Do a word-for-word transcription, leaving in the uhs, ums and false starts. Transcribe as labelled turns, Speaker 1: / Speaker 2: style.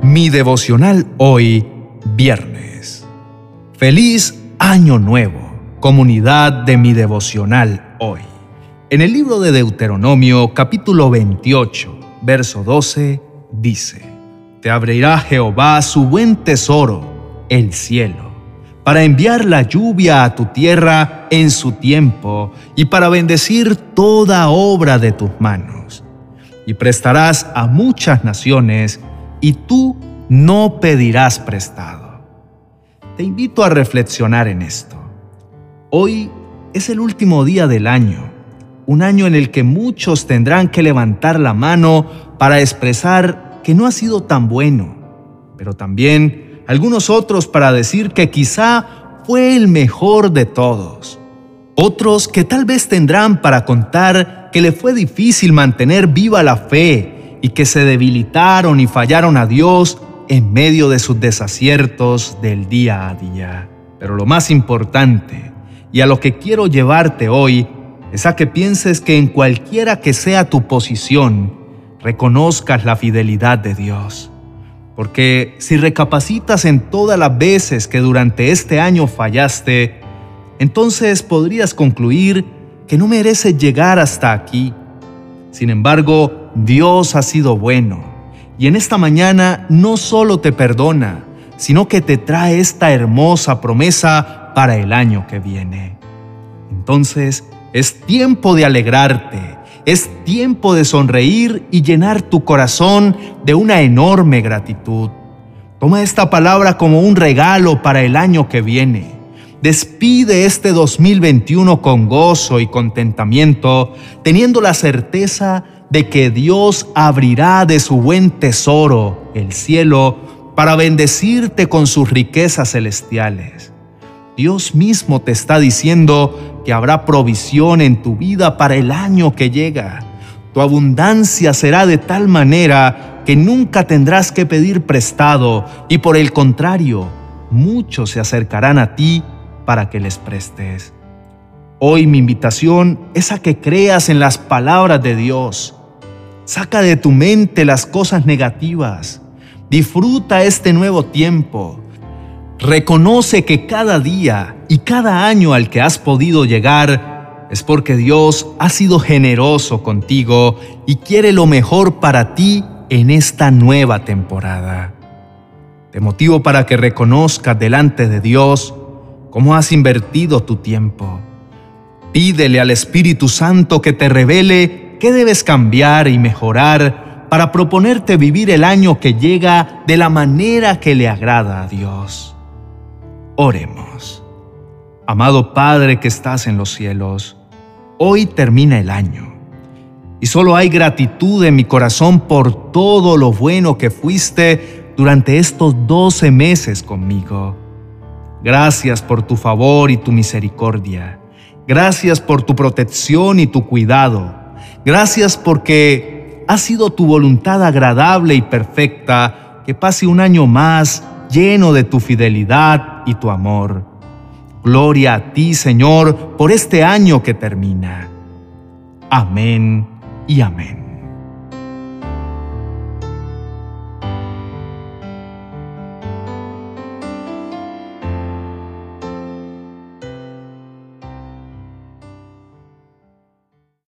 Speaker 1: Mi devocional hoy, viernes. Feliz Año Nuevo, comunidad de Mi devocional hoy. En el libro de Deuteronomio, capítulo veintiocho, verso doce, dice: Te abrirá Jehová su buen tesoro, el cielo, para enviar la lluvia a tu tierra en su tiempo y para bendecir toda obra de tus manos. Y prestarás a muchas naciones, y tú no pedirás prestado. Te invito a reflexionar en esto. Hoy es el último día del año, un año en el que muchos tendrán que levantar la mano para expresar que no ha sido tan bueno, pero también algunos otros para decir que quizá fue el mejor de todos. Otros que tal vez tendrán para contar que le fue difícil mantener viva la fe y que se debilitaron y fallaron a Dios en medio de sus desaciertos del día a día. Pero lo más importante, y a lo que quiero llevarte hoy, es a que pienses que en cualquiera que sea tu posición, reconozcas la fidelidad de Dios. Porque si recapacitas en todas las veces que durante este año fallaste, entonces podrías concluir que no mereces llegar hasta aquí. Sin embargo, Dios ha sido bueno, y en esta mañana no solo te perdona, sino que te trae esta hermosa promesa para el año que viene. Entonces, es tiempo de alegrarte, es tiempo de sonreír y llenar tu corazón de una enorme gratitud. Toma esta palabra como un regalo para el año que viene. Despide este dos mil veintiuno con gozo y contentamiento, teniendo la certeza de que Dios abrirá de su buen tesoro, el cielo, para bendecirte con sus riquezas celestiales. Dios mismo te está diciendo que habrá provisión en tu vida para el año que llega. Tu abundancia será de tal manera que nunca tendrás que pedir prestado, y por el contrario, muchos se acercarán a ti para que les prestes. Hoy mi invitación es a que creas en las palabras de Dios. Saca de tu mente las cosas negativas. Disfruta este nuevo tiempo. Reconoce que cada día y cada año al que has podido llegar es porque Dios ha sido generoso contigo y quiere lo mejor para ti en esta nueva temporada. Te motivo para que reconozcas delante de Dios cómo has invertido tu tiempo. Pídele al Espíritu Santo que te revele qué debes cambiar y mejorar para proponerte vivir el año que llega de la manera que le agrada a Dios. Oremos. Amado Padre que estás en los cielos, hoy termina el año y solo hay gratitud en mi corazón por todo lo bueno que fuiste durante estos doce meses conmigo. Gracias por tu favor y tu misericordia. Gracias por tu protección y tu cuidado. Gracias porque ha sido tu voluntad agradable y perfecta que pase un año más lleno de tu fidelidad y tu amor. Gloria a ti, Señor, por este año que termina. Amén y amén.